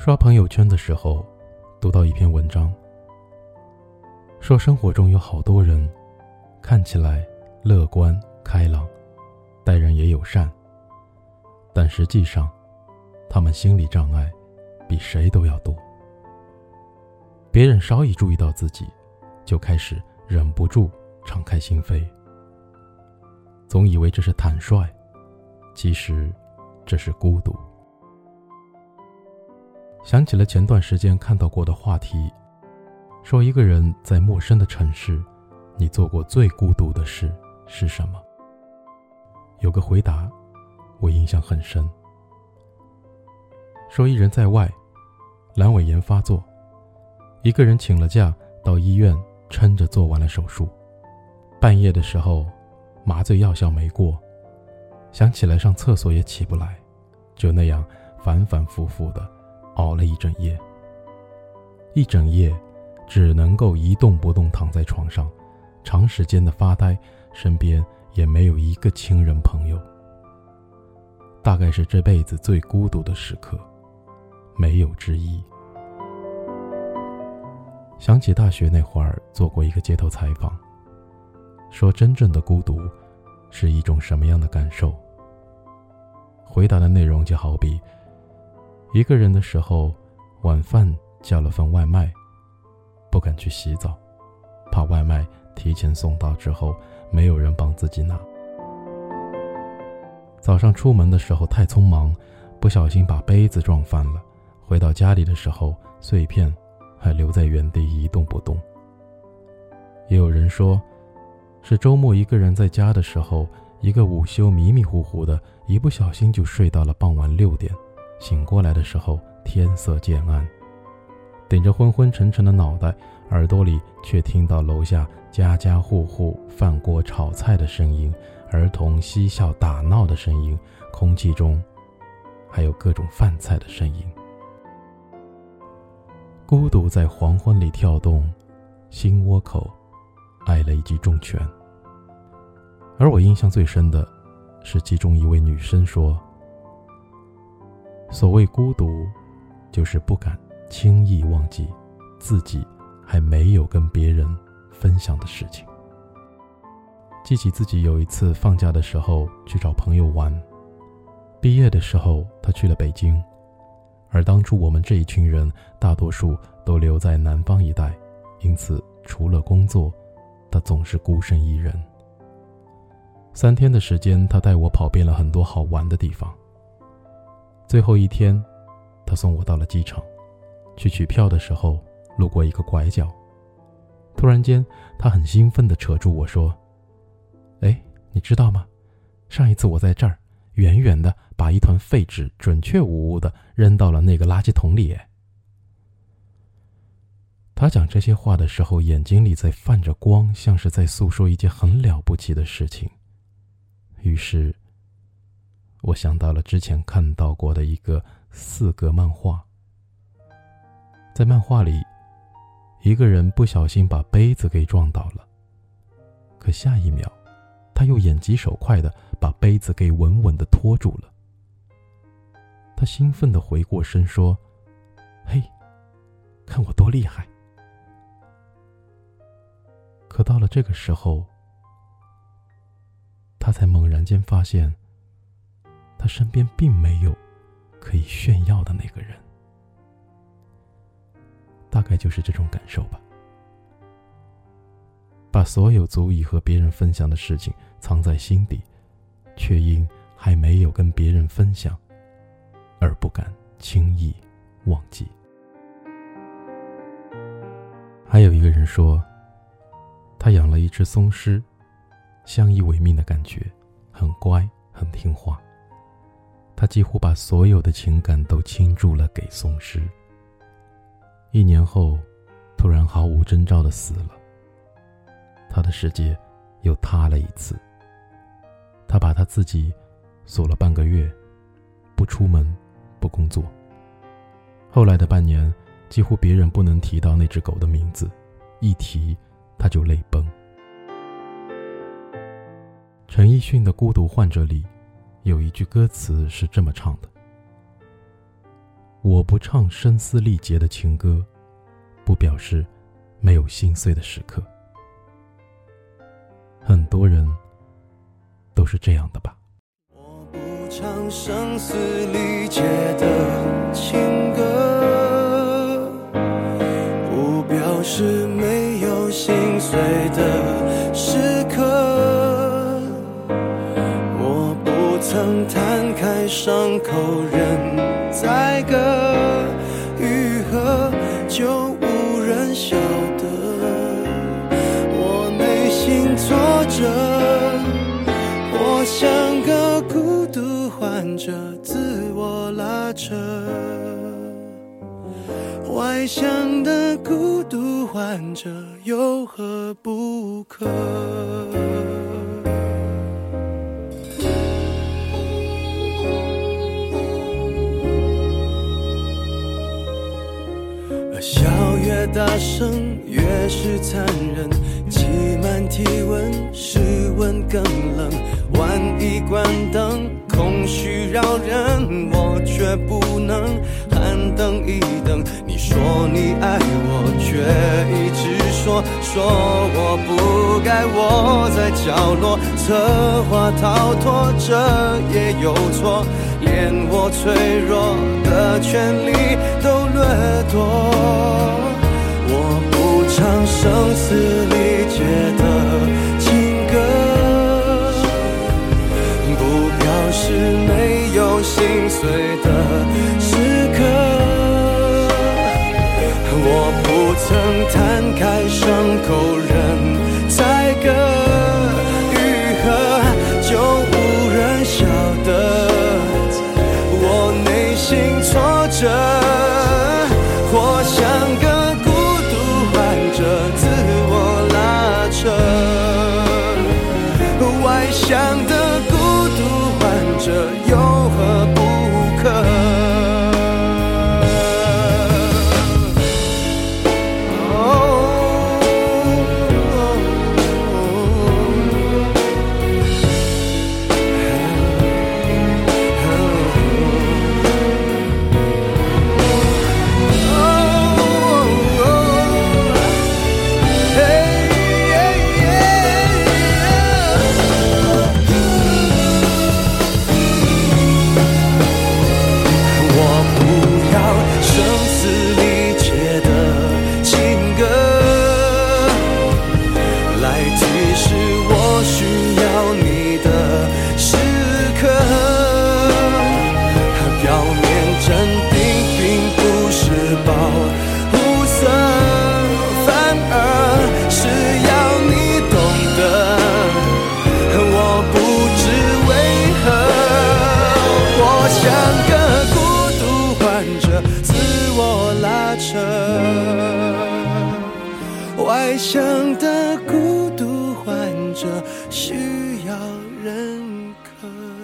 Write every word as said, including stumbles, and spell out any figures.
刷朋友圈的时候，读到一篇文章，说生活中有好多人看起来乐观开朗，待人也友善，但实际上他们心理障碍比谁都要多。别人稍一注意到自己，就开始忍不住敞开心扉，总以为这是坦率，其实这是孤独。想起了前段时间看到过的话题，说一个人在陌生的城市，你做过最孤独的事是什么？有个回答我印象很深，说一人在外，阑尾炎发作，一个人请了假到医院，撑着做完了手术。半夜的时候，麻醉药效没过，想起来上厕所也起不来，就那样反反复复的熬了一整夜。一整夜只能够一动不动躺在床上，长时间的发呆，身边也没有一个亲人朋友。大概是这辈子最孤独的时刻，没有之一。想起大学那会儿做过一个街头采访，说真正的孤独是一种什么样的感受？回答的内容就好比一个人的时候，晚饭叫了份外卖，不敢去洗澡，怕外卖提前送到之后没有人帮自己拿。早上出门的时候太匆忙，不小心把杯子撞翻了，回到家里的时候碎片还留在原地一动不动。也有人说是周末一个人在家的时候，一个午休迷迷糊糊的，一不小心就睡到了傍晚六点，醒过来的时候天色渐暗，顶着昏昏沉沉的脑袋，耳朵里却听到楼下家家户户饭锅炒菜的声音，儿童嬉笑打闹的声音，空气中还有各种饭菜的声音。孤独在黄昏里跳动，心窝口挨了一记重拳。而我印象最深的是其中一位女生说，所谓孤独，就是不敢轻易忘记自己还没有跟别人分享的事情。记起自己有一次放假的时候去找朋友玩，毕业的时候他去了北京，而当初我们这一群人大多数都留在南方一带，因此除了工作，他总是孤身一人。三天的时间，他带我跑遍了很多好玩的地方。最后一天，他送我到了机场，去取票的时候路过一个拐角，突然间他很兴奋地扯住我说，哎，你知道吗？上一次我在这儿远远地把一团废纸准确无误地扔到了那个垃圾桶里。他讲这些话的时候，眼睛里在泛着光，像是在诉说一件很了不起的事情。于是我想到了之前看到过的一个四格漫画，在漫画里，一个人不小心把杯子给撞倒了，可下一秒他又眼疾手快地把杯子给稳稳地拖住了。他兴奋地回过身说，嘿，看我多厉害。可到了这个时候，他才猛然间发现，他身边并没有可以炫耀的那个人。大概就是这种感受吧。把所有足以和别人分享的事情藏在心底，却因还没有跟别人分享而不敢轻易忘记。还有一个人说，他养了一只松狮，相依为命的感觉，很乖很听话。他几乎把所有的情感都倾注了给松狮。一年后，突然毫无征兆地死了。他的世界又塌了一次。他把他自己锁了半个月，不出门，不工作。后来的半年，几乎别人不能提到那只狗的名字，一提他就泪崩。陈奕迅的《孤独患者》里有一句歌词是这么唱的： 我不唱声嘶力竭的情歌，不表示没有心碎的时刻。很多人都是这样的吧。 我不唱声嘶力竭的情歌，不表示没有心碎的时刻。我不曾摊开伤口任宰割，愈合就无人晓得我内心挫折。我像个孤独患者，自我拉扯，外向的孤独患者有何不可？笑越大声越是残忍，挤满体温，室温更冷。万一关灯，空虚扰人，我却不能喊等一等。你说你爱我，却一直说说我不该窝在角落，策划逃脱，这也有错，连我脆弱的权利都掠夺。我不唱声嘶力竭的情歌，不表示没有心碎的时刻。我不曾摊开伤口任宰割，愈合就无人晓得我内心挫折。或像个孤独患者，自我拉扯，外向的孤独患者有何不可？外向的孤独患者需要认可。